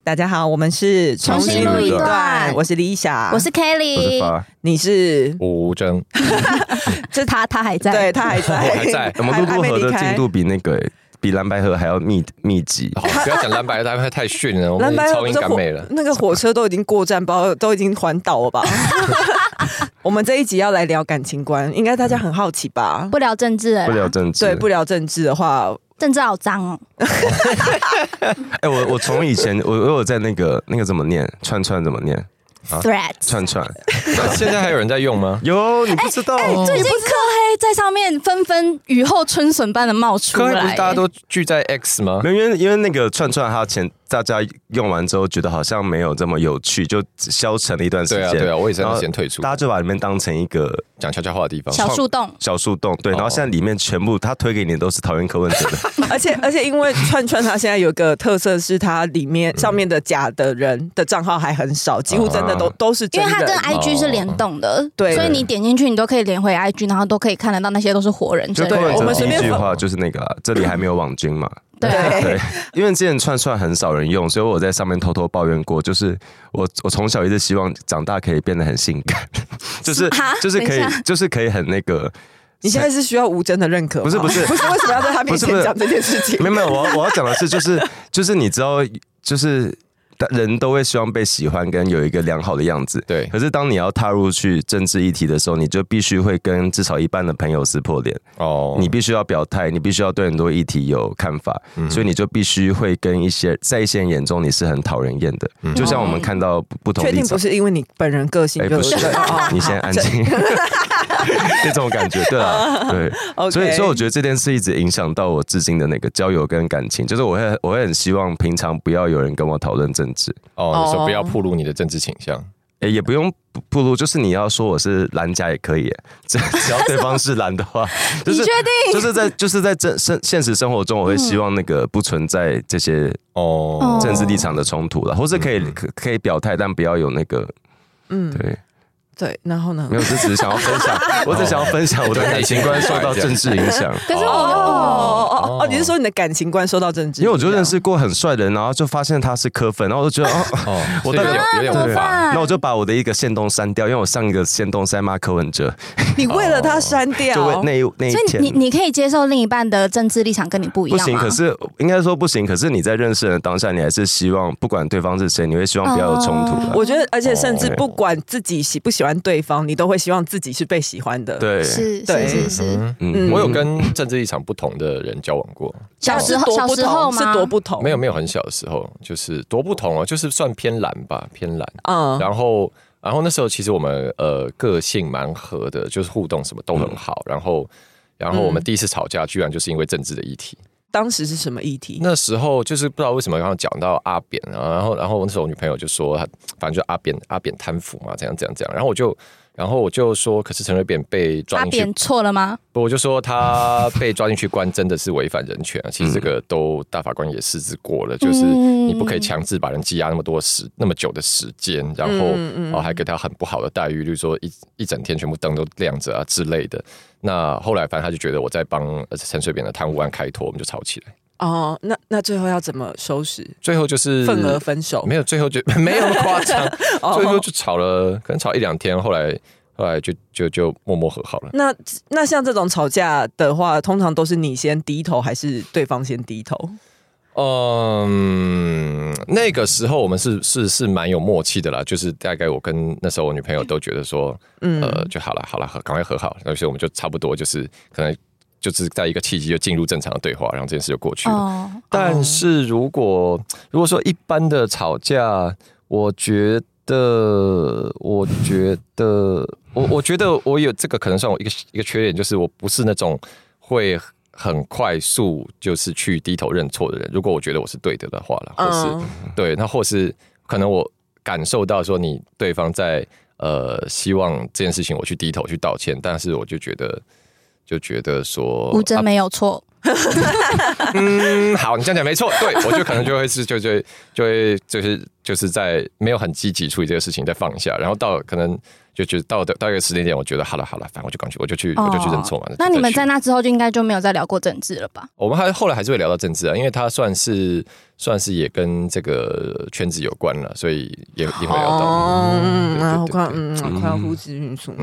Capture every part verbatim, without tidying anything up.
大家好，我们是重新录一段， 我是 Lisa， 我是 Kelly， 我是你是吴峥， 这他他还在， 对他还在， 我还在。我们录过河的进度比那个比蓝白河还要密密集。 哦、不要讲蓝白河，蓝白河太逊了，我们超音感美了。 那个火车都已经过站，包都已经环岛了吧？我们这一集要来聊感情观，应该大家很好奇吧？ 不聊政治了， 不聊政治， 对，不聊政治的话。 政治好脏哦！ 哎、欸，我我从以前我我有在那个那个怎么念串串怎么念 ？Thread 串串， 现在还有人在用吗？ 有，你不知道？ 欸欸、最近科黑在上面纷纷雨后春笋般的冒出来。 科黑不是大家都聚在 X 吗？ 因为因为那个串串它前大家用完之后觉得好像没有这么有趣，就消沉了一段时间。 对啊对啊，我也是先退出。 大家就把里面当成一个讲悄悄话的地方， 小树洞， 小树洞。对，然后现在里面全部他推给你的都是讨厌柯文哲的。 而且而且因为串串它现在有个特色是它里面上面的假的人的账号还很少，几乎真的都、啊、都是真人， 因为它跟 I G 是联动的， 哦、对， 所以你点进去你都可以连回 I G， 然后都可以看得到那些都是活人真人。 对，我们第一句话就是那个、啊，这里还没有网军嘛。 对, 对，因为之前串串很少人用，所以我在上面偷偷抱怨过，就是我我从小一直希望长大可以变得很性感，就是就是可以就是可以很那个。 你现在是需要吴峥的认可吗？ 不是不是不是，为什么要在他面前讲这件事情？ 没有没有，我要我要讲的是，就是就是你知道，就是人都会希望被喜欢跟有一个良好的样子。 对。 可是当你要踏入去政治议题的时候，你就必须会跟至少一半的朋友撕破脸。哦。你必须要表态，你必须要对很多议题有看法，嗯、所以你就必须会跟一些在一些人眼中你是很讨人厌的。嗯、就像我们看到不同立场。 确定不是因为你本人个性？ 哎、欸，不是，你先安静。这种感觉，对啊，对， okay. 所以所以我觉得这件事一直影响到我至今的那个交友跟感情，就是我会我会很希望平常不要有人跟我讨论政治。 哦，你说不要暴露你的政治倾向， 哎、欸，也不用暴露，就是你要说我是蓝家也可以，只只要对方是蓝的话，就是你确定？ 就是在就是在真生现实生活中，我会希望那个不存在这些哦政治立场的冲突了，或是可以可可以表态，但不要有那个嗯对。 对，然后呢？ 没有，就只是想要分享，我只想要分享我的感情观受到政治影响。 可是我哦哦哦，你是说你的感情观受到政治影响？ 因为我就认识过很帅的人，然后就发现他是柯粉，然后我就觉得哦， 我到底有有点烦。 那我就把我的一个限动删掉，因为我上一个限动是在骂柯文哲。 你为了他删掉？ 就为那那一天。 所以你你可以接受另一半的政治立场跟你不一样吗？ 不行，可是应该说不行。可是你在认识人的当下，你还是希望不管对方是谁，你会希望不要有冲突。 我觉得，而且甚至不管自己喜不喜欢对方，你都会希望自己是被喜欢的。 对， 是是是是。 嗯嗯、我有跟政治立场不同的人交往过。 小时候，小时候是多不同？ 没有没有，很小的时候，就是多不同哦，就是算偏蓝吧，偏蓝。 嗯， 然后然后那时候其实我们呃个性蛮合的，就是互动什么都很好。嗯、然后然后我们第一次吵架，居然就是因为政治的议题。 当时是什么议题？ 那时候就是不知道为什么刚刚讲到阿扁啊，然后然后那时候我女朋友就说，反正就阿扁阿扁贪腐嘛，怎样怎样怎样，然后我就然后我就说，可是陈水扁被抓进去， 阿扁错了吗？ 不，我就说他被抓进去关真的是违反人权啊。其实这个都大法官也释字过了，就是你不可以强制把人羁押那么多时那么久的时间，然后、嗯哦、还给他很不好的待遇，例如说一一整天全部灯都亮着啊之类的。那后来反正他就觉得我在帮陈水扁的贪污案开脱，我们就吵起来。 哦，那那最后要怎么收拾？ 最后就是份额分手， 没有，最后就没有那么夸张，最后就吵了，可能吵一两天，后来后来就就就默默和好了。 那那像这种吵架的话，通常都是你先低头，还是对方先低头？ 嗯，那个时候我们是是是蛮有默契的啦，就是大概我跟那时候我女朋友都觉得说，嗯、呃，就好了，好了，赶快和好，所以我们就差不多就是可能。就是在一个契机就进入正常的对话，然后这件事就过去了。Oh, 但是如果如果说一般的吵架，我觉得，我觉得，我我觉得我有这个可能算我一个一个缺点，就是我不是那种会很快速就是去低头认错的人。如果我觉得我是对的的话了，或是、oh. 对，那或是可能我感受到说你对方在呃希望这件事情我去低头去道歉，但是我就觉得。就觉得说吴峥没有错、 啊， 嗯，好，你这样讲没错，对我就可能就会是就就就会就是就是在没有很积极处理这个事情，再放下，然后到可能就觉得到到一个时间点，我觉得好了好了，反正我就赶去我就去、哦、我就去认错嘛。 那你们在那之后就应该就没有再聊过政治了吧？ 我们还后来还是会聊到政治啊，因为他算是算是也跟这个圈子有关了，所以也也会聊到。 哦，嗯，我快嗯快要呼之欲出。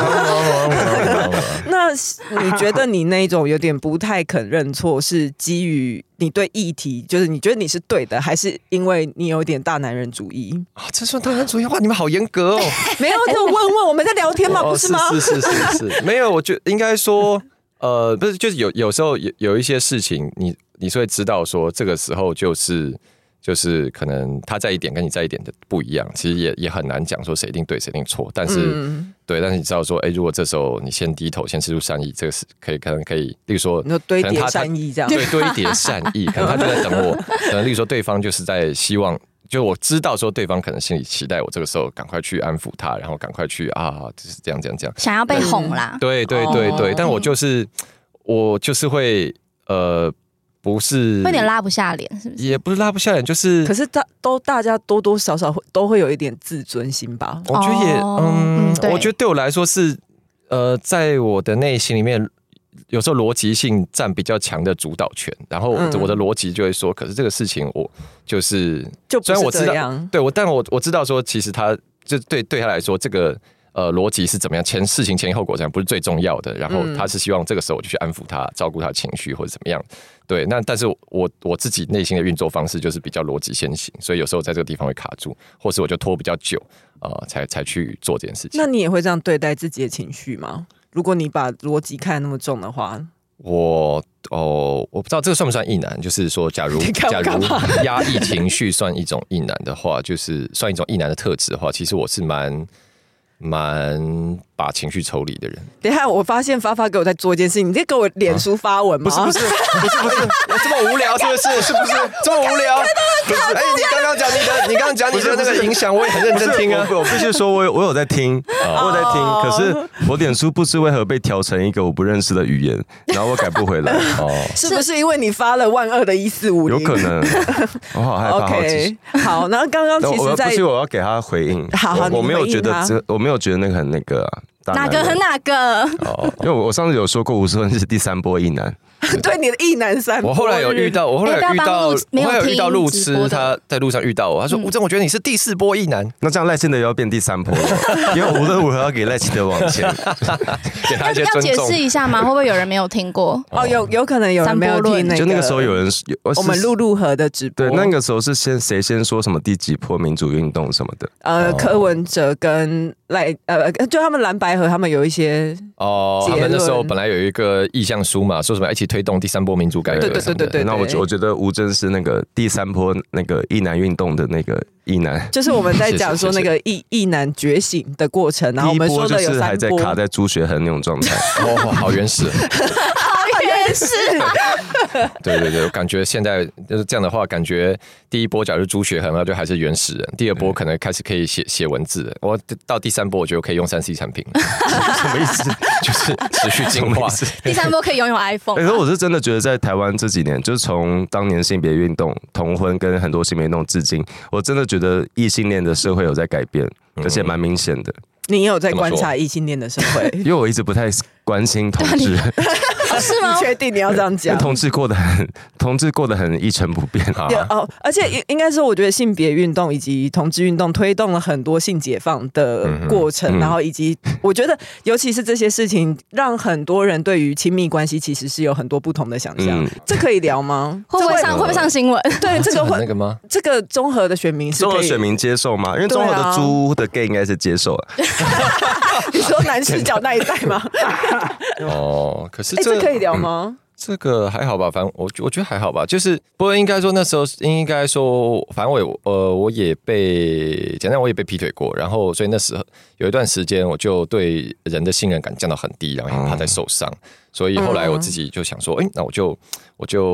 那你觉得你那种有点不太肯认错，是基于你对议题，就是你觉得你是对的，还是因为你有点大男人主义啊？这算大男人主义？哇，你们好严格哦！ 没有，就问问我们在聊天嘛， 哦、 不是吗？ 是是是是是，没有，我觉得应该说，呃，不是，就是有有时候有有一些事情你，你你是会知道说，这个时候就是就是可能他在一点跟你在一点的不一样，其实也也很难讲说谁一定对谁一定错，但是、嗯、对，但是你知道说，哎，如果这时候你先低头，先施出善意，这个是可以可能可以，例如说， 你说堆叠善意这样， 对，堆叠善意，可能他就在等我，可能例如说对方就是在希望。就我知道说对方可能心里期待我这个时候赶快去安抚他，然后赶快去啊，就是这样这样这样， 想要被哄啦。 对对对对，哦、但我就是我就是会呃，不是会有点拉不下脸，是不是？ 也不是拉不下脸，就是可是大都大家多多少少会都会有一点自尊心吧。 我觉得也、哦、嗯，嗯我觉得对我来说是呃，在我的内心里面。有时候逻辑性占比较强的主导权，然后我的逻辑就会说，嗯、可是这个事情我就是就虽然我知道， 对我，但我我知道说，其实他就对对他来说，这个呃逻辑是怎么样，前事情前因后果这样不是最重要的，然后他是希望这个时候我就去安抚他，照顾他的情绪或者怎么样，对，那但是我我自己内心的运作方式就是比较逻辑先行，所以有时候在这个地方会卡住，或是我就拖比较久，呃，才才去做这件事情。 那你也会这样对待自己的情绪吗？如果你把逻辑看得那么重的话， 我哦，我不知道这个算不算异男。就是说，假如假如压抑情绪算一种异男的话，就是算一种异男的特质的话，其实我是蛮蛮把情绪抽离的人。 等一下，我发现发发给我在做一件事情，你在给我脸书发文吗？ 啊、不是不是不是不是，我这么无聊是不是？是不是这么无聊？哎，你刚刚讲你的，你刚刚讲你的那个影响，我也很认真听啊。 我, 我必须说我，我我有在听，我有在听。可是我脸书不知为何被调成一个我不认识的语言，然后我改不回来。哦， 是不是因为你发了万二的一四五零？ 有可能，我好害怕。 OK， 好，然后刚刚其实在， 不是我要给他回应。 好好， 我没有觉得这，我没有觉得那个很那个、啊。 哪个和哪个？ 哦，因为我上次有说过吴思文是第三波异男， 对你的异男三波。 我后来有遇到，我后来有遇到，我后来有遇到路痴，他在路上遇到我，他说：“吴真，我觉得你是第四波异男。” 那这样赖清德又要变第三波了，因为无论如何要给赖清德往前， 给他一些尊重。 要解释一下吗？会不会有人没有听过？ 哦，有有可能有人没有听那个。 就那个时候有人， 我们陆陆河的直播， 对，那个时候是先谁先说什么第几波民主运动什么的。 呃，柯文哲跟赖呃，就他们蓝白河，他们有一些。 哦，他们那时候本来有一个意向书嘛，说什么一起推动第三波民主改革。 对对对对对。 那我我觉得吴真是那个第三波那个异男运动的那个异男， 就是我们在讲说那个异异男觉醒的过程，然后我们说的有三波， 就是还在卡在朱学恒那种状态。 哦，好原始。 好原始。 对对对，我感觉现在就是这样的话，感觉第一波假如朱学恒，那就还是原始人；第二波可能开始可以写写文字了。我到第三波，我觉得可以用三 C 产品。 什么意思？ 就是持续进化。 第三波可以拥有 iPhone。 可是我是真的觉得，在台湾这几年，就是从当年性别运动、同婚跟很多性别运动至今，我真的觉得异性恋的社会有在改变，而且蛮明显的。 你也有在观察异性恋的社会？ 因为我一直不太关心同志。 是吗？ 你确定你要这样讲？ 同志过得很，同志过得很一成不变啊。 哦，而且应该说，我觉得性别运动以及同志运动推动了很多性解放的过程，嗯、然后以及我觉得，尤其是这些事情，让很多人对于亲密关系其实是有很多不同的想象。嗯、这可以聊吗？ 会不会上？会不会上新闻？ 对，这个会那个吗？ 这个综合的选民是综合选民接受吗？因为综合的猪的 gay 应该是接受了。 你说南视角那一代吗？ 哦，可是这、欸、这可以聊吗？ 这个还好吧，反正我我觉得还好吧，就是不过应该说那时候应该说，反正我也呃我也被简单我也被劈腿过，然后所以那时候有一段时间我就对人的信任感降到很低，然后也怕再受伤，所以后来我自己就想说，哎、欸，那我就我就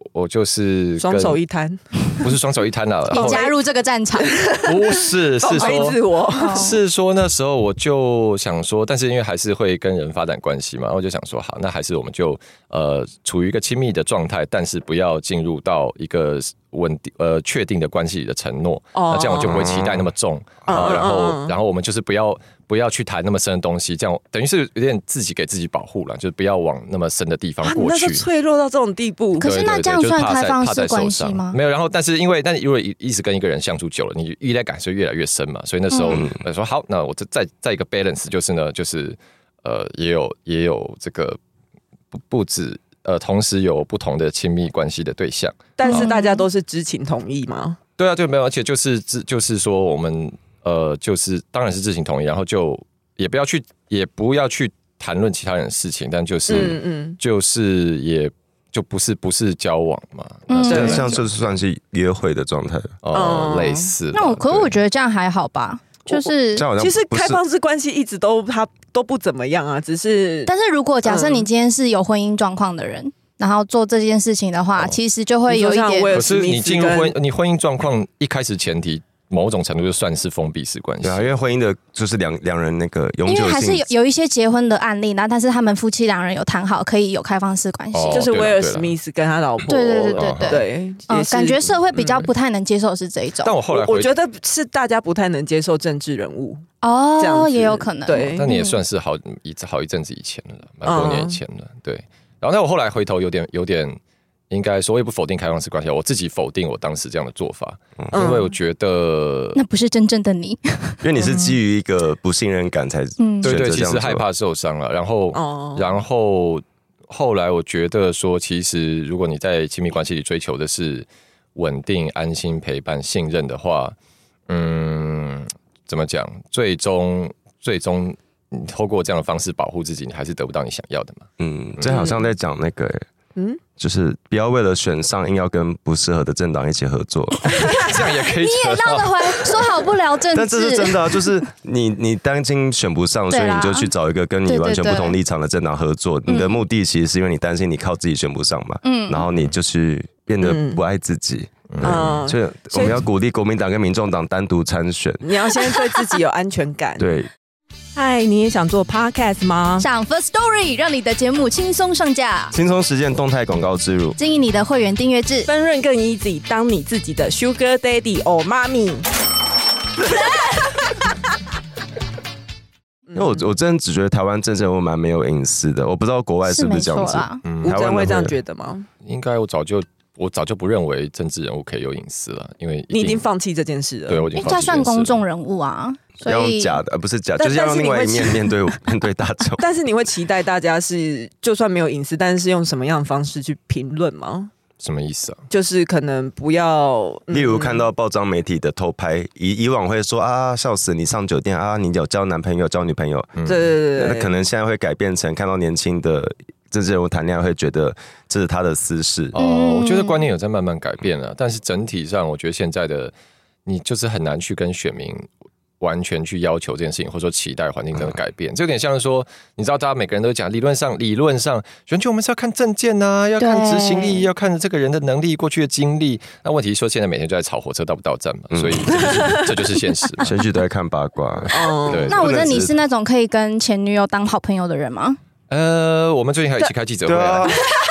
我就是双手一摊， 不是双手一摊啦， 也加入这个战场， 不是，是说自我， 是说那时候我就想说，但是因为还是会跟人发展关系嘛，然后我就想说，好，那还是我们就呃处于一个亲密的状态，但是不要进入到一个稳定呃确定的关系里的承诺，那这样我就不会期待那么重啊，然后然后我们就是不要。不要去谈那么深的东西，这样等于是有点自己给自己保护了，就是不要往那么深的地方过去。啊、 那是脆弱到这种地步。 可是那这样算开放式关系吗？ 没有，然后但是因为但是因为一直跟一个人相处久了，你依赖感是越来越深嘛，所以那时候我、嗯、说好，那我再再一个 balance 就是呢，就是呃也有也有这个不不止呃同时有不同的亲密关系的对象， 但是大家都是知情同意吗？ 对啊，对，没有，而且就是就是说我们。呃，就是当然是知情同意，然后就也不要去，也不要去谈论其他人的事情，但就是，嗯嗯，就是也就不是不是交往嘛， 嗯，这样就是算是约会的状态哦、呃，类似。 那我可是我觉得这样还好吧，就是其实开放式关系一直都它都不怎么样啊，只是， 但是如果假设你今天是有婚姻状况的人。然后做这件事情的话，哦、其实就会有一点。 可是你进入婚，你婚姻状况一开始前提。某种程度就算是封闭式关系， 对啊，因为婚姻的就是两两人那个永久性， 因为还是有有一些结婚的案例，然后但是他们夫妻两人有谈好可以有开放式关系， 哦、就是威尔史密斯跟他老婆， 对对对对对对， 嗯，感觉社会比较不太能接受是这一种。 但我后来我觉得是大家不太能接受政治人物哦，这样也有可能。 对， 但你也算是好一好一阵子以前了，蛮多年以前了，对。然后但我后来回头有点有点。应该说，我也不否定开放式关系，我自己否定我当时这样的做法，嗯、因为我觉得那不是真正的你， 因为你是基于一个不信任感才嗯，对对，其实害怕受伤了，然后、哦、然后后来我觉得说，其实如果你在亲密关系里追求的是稳定、安心、陪伴、信任的话，嗯，怎么讲？最终最终你透过这样的方式保护自己，你还是得不到你想要的嘛。 嗯，这好像在讲那个、欸。嗯，就是不要为了选上硬要跟不适合的政党一起合作， 这样也可以。 你也闹得回说好不聊政治， 但这是真的啊！就是你你担心选不上，所以你就去找一个跟你完全不同立场的政党合作。对对对，你的目的其实是因为你担心你靠自己选不上嘛，嗯，然后你就是变得不爱自己。嗯，所以我们要鼓励国民党跟民众党单独参选。 你要先对自己有安全感。 对。 嗨，你也想做 podcast 吗？ 上 First Story 让你的节目轻松上架， 轻松实践动态广告植入， 经营你的会员订阅制， 分润更 easy， 当你自己的 Sugar Daddy or Mommy。 因为我我真的只觉得台湾政治人物蛮没有隐私的，我不知道国外是不是这样子。 嗯，台湾会这样觉得吗？ 应该我早就。我早就不认为政治人物可以有隐私了，因为你已经放弃这件事了。 对，我已经放弃这件事了。 他算公众人物啊，所以要用假的，而不是假，就是要用另外一面面对面对大众。 但是你会期待大家是，就算没有隐私，但是用什么样的方式去评论吗？ 什么意思啊？ 就是可能不要， 嗯、例如看到报章媒体的偷拍，以以往会说啊，笑死你上酒店啊，你有交男朋友、交女朋友， 对对对对， 那可能现在会改变成看到年轻的。政治人物谈恋爱会觉得这是他的私事哦、呃，我觉得观念有在慢慢改变了，但是整体上，我觉得现在的你就是很难去跟选民完全去要求这件事情，或者说期待环境真的改变。这有点像是说，你知道，大家每个人都讲，理论上，理论上选举我们是要看政见呐、啊，要看执行力，要看这个人的能力、过去的经历。那问题是说，现在每天就在吵火车到不到站嘛，所以这就是、这就是现实。 选举都在看八卦。 哦，对。那我觉得你是那种可以跟前女友当好朋友的人吗？ 呃，我们最近还一起开记者会啊！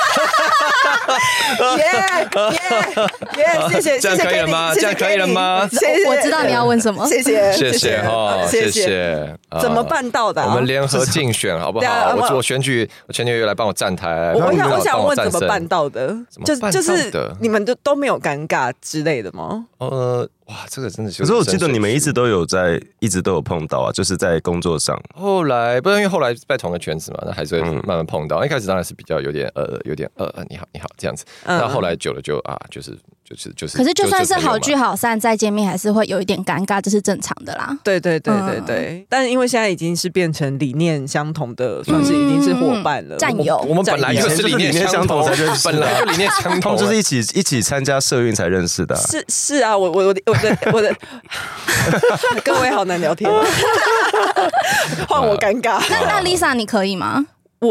耶耶耶！谢谢， 这样可以了吗？这样可以了吗？ 谢谢，我知道你要问什么。 谢谢， 谢谢哈，谢谢。 怎么办到的？ 我们联合竞选好不好？我我选举，我前女友来帮我站台。 我想，我想问怎么办到的？就就是你们都都没有尴尬之类的吗？ 呃。哇，这个真的是。 可是我记得你们一直都有在，一直都有碰到啊，就是在工作上。 后来不是因为后来在同个圈子嘛，那还是会慢慢碰到。嗯、一开始当然是比较有点呃，有点呃，你好，你好这样子。那、嗯、后来久了就啊，就是就是就是。 可是就算是好聚好散，再见面还是会有一点尴尬，这是正常的啦。 对对对对对。嗯、但是因为现在已经是变成理念相同的，算是已经是伙伴了， 战友。 我们本来就是理念相同才认识，本来就理念相同， 就是一起一起参加社运才认识的、啊。 是是啊，我我我的我的我的。各位好难聊天，换我尴尬。 那那 Lisa 你可以吗？ 我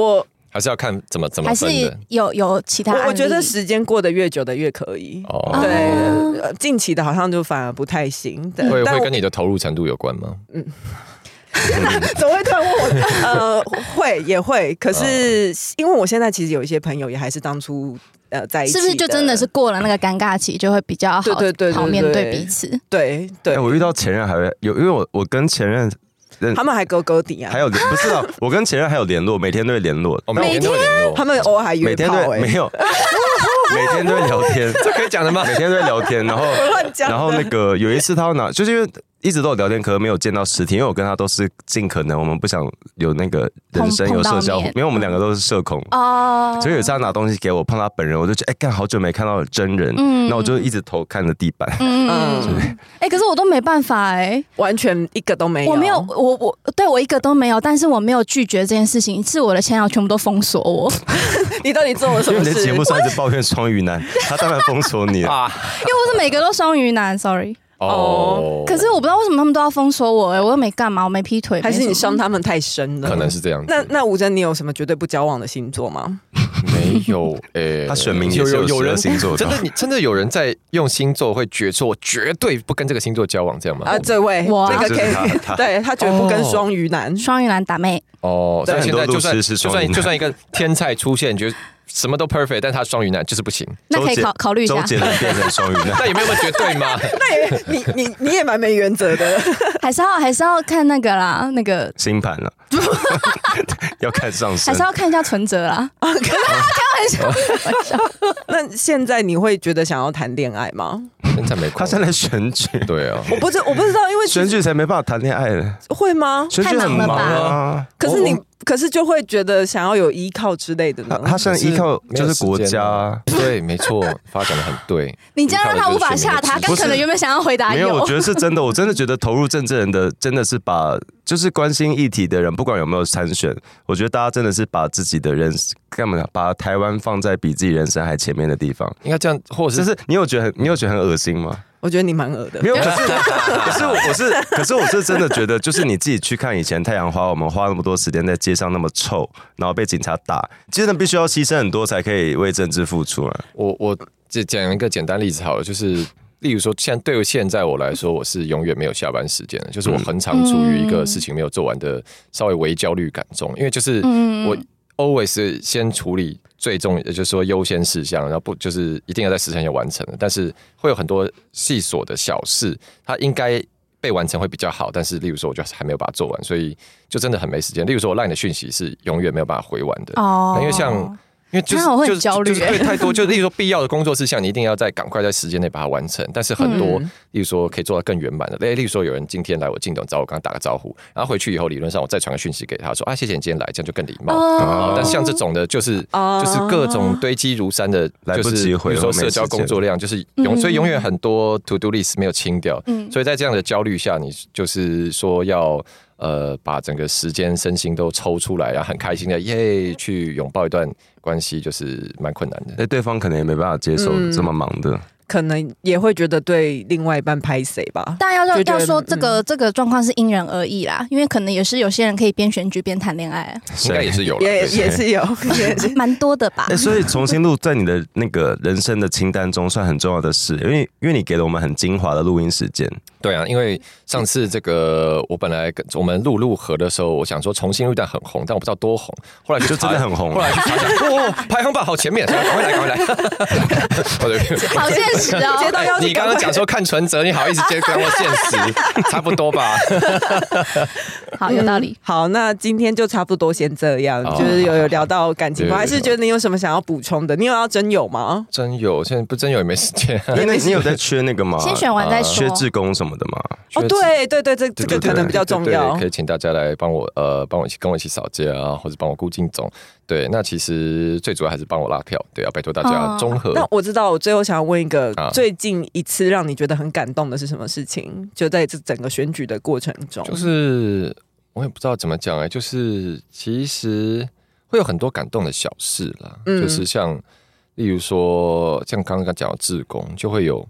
还是要看怎么怎么分的？ 还是有有其他案例？ 我我觉得时间过得越久的越可以。哦，对，近期的好像就反而不太行。 会会跟你的投入程度有关吗？嗯。 怎么会突然问我？呃，会也会，可是因为我现在其实有一些朋友也还是当初呃在一起的， 是不是就真的是过了那个尴尬期，就会比较好，对对对，好面对彼此。 对对， 我遇到前任还会有，因为我我跟前任。 他们还勾勾底啊？ 还有不是啊？我跟前任还有联络，每天都会联络。 哦、每天都会联络， 他们偶尔还约炮、欸， 每天都没有，每天都会聊天， 这可以讲的吗？ 每天都会聊天，然后然后那个有一次他要拿，就是因为一直都有聊天，可是没有见到实体，因为我跟他都是尽可能，我们不想有那个人生有社交，因为我们两个都是社恐哦，所以有一次他拿东西给我碰他本人，我就觉得哎，干、欸、好久没看到真人，嗯，那我就一直头看着地板，嗯， 哎、欸，可是我都没办法哎、欸， 完全一个都没有， 我没有，我我对我一个都没有，但是我没有拒绝这件事情，是我的前男友全部都封锁我。 你到底做了什么事？ 因为你在节目上一直抱怨双鱼男，他当然封锁你了，啊、 因为我是每个都双鱼男 ，sorry。哦，可是我不知道为什么他们都要封锁我哎、欸，我又没干嘛，我没劈腿， 还是你伤他们太深了？ 可能是这样子。 那那吴真，你有什么绝对不交往的星座吗？ 没有诶、欸， 他选名也是有有人星座， 真的你真的有人在用星座会决说，我绝对不跟这个星座交往，这样吗？ 啊，这位我那个可以，对他绝对不跟双鱼男， 双鱼男打妹哦，所以现在就算就算就算一个天才出现，觉得什么都 perfect， 但他双鱼男就是不行。 那可以考考虑一下， 周杰伦变成双鱼男， 那有没有那么绝对吗？ 那也你你你也蛮没原则的， 还是要还是要看那个啦，那个星盘了，要看上升， 还是要看一下存折啦。开玩笑，开玩笑。 那现在你会觉得想要谈恋爱吗？ 现在没， 他现在选举， 对啊， 我不知我不知道，因为选举才没办法谈恋爱了， 会吗？ 选举很忙啊， 可是你。可是就会觉得想要有依靠之类的呢。 他现在依靠就是国家、啊， 对，没错，发展的很对。 你这样让他无法下他，刚可能原本想要回答有， 没有，我觉得是真的，我真的觉得投入政治人的真的是把就是关心议题的人，不管有没有参选，我觉得大家真的是把自己的人干嘛把台湾放在比自己人生还前面的地方， 应该这样，或者是， 就是你有觉得很你有觉得很恶心吗？ 我觉得你蛮恶的， 没有，可是可是我是可是我是真的觉得，就是你自己去看以前太阳花，我们花那么多时间在街上那么臭，然后被警察打，真的必须要牺牲很多才可以为政治付出啊。 我我讲一个简单例子好了，就是例如说，现在对于现在我来说，我是永远没有下班时间的，就是我很常处于一个事情没有做完的稍微微焦虑感中，因为就是我 always 先处理。最重要就是说优先事项，然后不就是一定要在时辰内完成的，但是会有很多细琐的小事，它应该被完成会比较好，但是例如说我就还没有把它做完，所以就真的很没时间。例如说我LINE的讯息是永远没有办法回完的，哦，因为像。因为就是我会很焦虑， 就是对太多，就例如说必要的工作事项，你一定要在赶快在时间内把它完成。但是很多，嗯、例如说可以做到更圆满的，例如说有人今天来我镜头找我，刚刚打个招呼，然后回去以后理论上我再传个讯息给他说啊，谢谢你今天来，这样就更礼貌。哦、但是像这种的，就是、哦、就是各种堆积如山的，就是比如说社交工作量，就是永、嗯、所以永远很多 to do list 没有清掉。嗯、所以在这样的焦虑下，你就是说要。呃，把整个时间、身心都抽出来，然后很开心的耶去拥抱一段关系，就是蛮困难的。 那对方可能也没办法接受这么忙的。嗯可能也会觉得对另外一半拍谁吧， 当然要要说这个、嗯、这个状况是因人而异啦，因为可能也是有些人可以边选举边谈恋爱， 应该也是有了， 也也是有，也是蛮多的吧。 欸、所以重新录在你的那个人生的清单中算很重要的事，因为因为你给了我们很精华的录音时间。 对啊，因为上次这个我本来我们录录合的时候，我想说重新录一段很红，但我不知道多红，后来就真的很红， 后来去查一下，哦，排行榜好前面，赶快来，赶快来， 好现实哦。 欸、你刚刚讲说看存折，你好意思接跟我现实，差不多吧？ 好，有道理、嗯。 好，那今天就差不多先这样，哦、就是有有聊到感情，我还是觉得你有什么想要补充的？你有要真友吗？ 真友现在不真友也没时间、啊， 因为你有在缺那个吗？ 先选完再说， 缺志工什么的吗？ 哦，对对对，这这个可能比较重要， 对对对，可以请大家来帮我呃，帮我一起跟我一起扫街啊，或者帮我顾静总。对，那其实最主要还是帮我拉票，对，要拜托大家综合、哦。 那我知道，我最后想要问一个，啊、最近一次让你觉得很感动的是什么事情？就在这整个选举的过程中， 就是我也不知道怎么讲哎、欸，就是其实会有很多感动的小事啦，嗯、就是像例如说像刚刚讲的志工，就会有。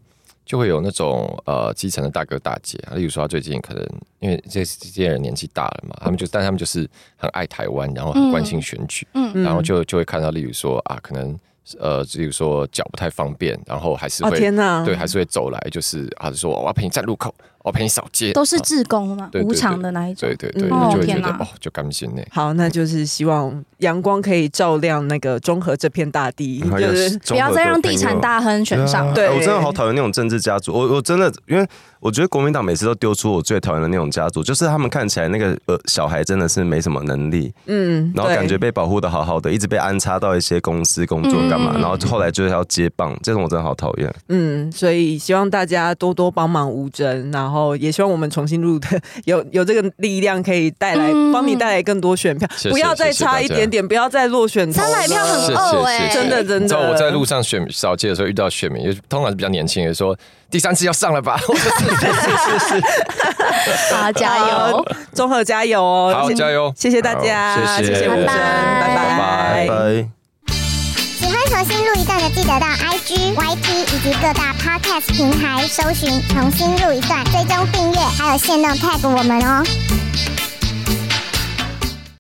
就会有那种呃基层的大哥大姐，例如说他最近可能因为这这些人年纪大了嘛，他们就但他们就是很爱台湾，然后很关心选举，嗯嗯、然后就就会看到，例如说啊，可能呃，例如说脚不太方便，然后还是会、 哦、天哪， 对，还是会走来，就是还是说我要陪你站路口。我陪你扫街， 都是志工嘛，无偿的那一种。 对对对，嗯、就会觉得哦，就甘心呢。 好，那就是希望阳光可以照亮那个中和这片大地，就是不要再让地产大亨选上。 对，我真的好讨厌那种政治家族。我我真的，因为我觉得国民党每次都丢出我最讨厌的那种家族，就是他们看起来那个呃小孩真的是没什么能力，嗯，然后感觉被保护的好好的，一直被安插到一些公司工作干嘛，嗯、然后后来就是要接棒，这种我真的好讨厌。 嗯，所以希望大家多多帮忙吴峥，然后也希望我们重新录的有有这个力量可以带来帮、嗯、你带来更多选票，谢谢不要再差一点点，不要再落选头， 三百票很够哎、欸， 真的真的。 你知道我在路上选扫街的时候遇到选民，通常是比较年轻的说第三次要上了吧？是是是是， 好加油， 中和加油哦！ 好加油， 谢谢大家， 谢谢， 谢谢吴峥，拜拜拜拜。 喜欢重新录一段的，记得到 I G、Y T 以及各大 Podcast 平台搜寻重新录一段，追踪订阅，还有限动 tag 我们哦。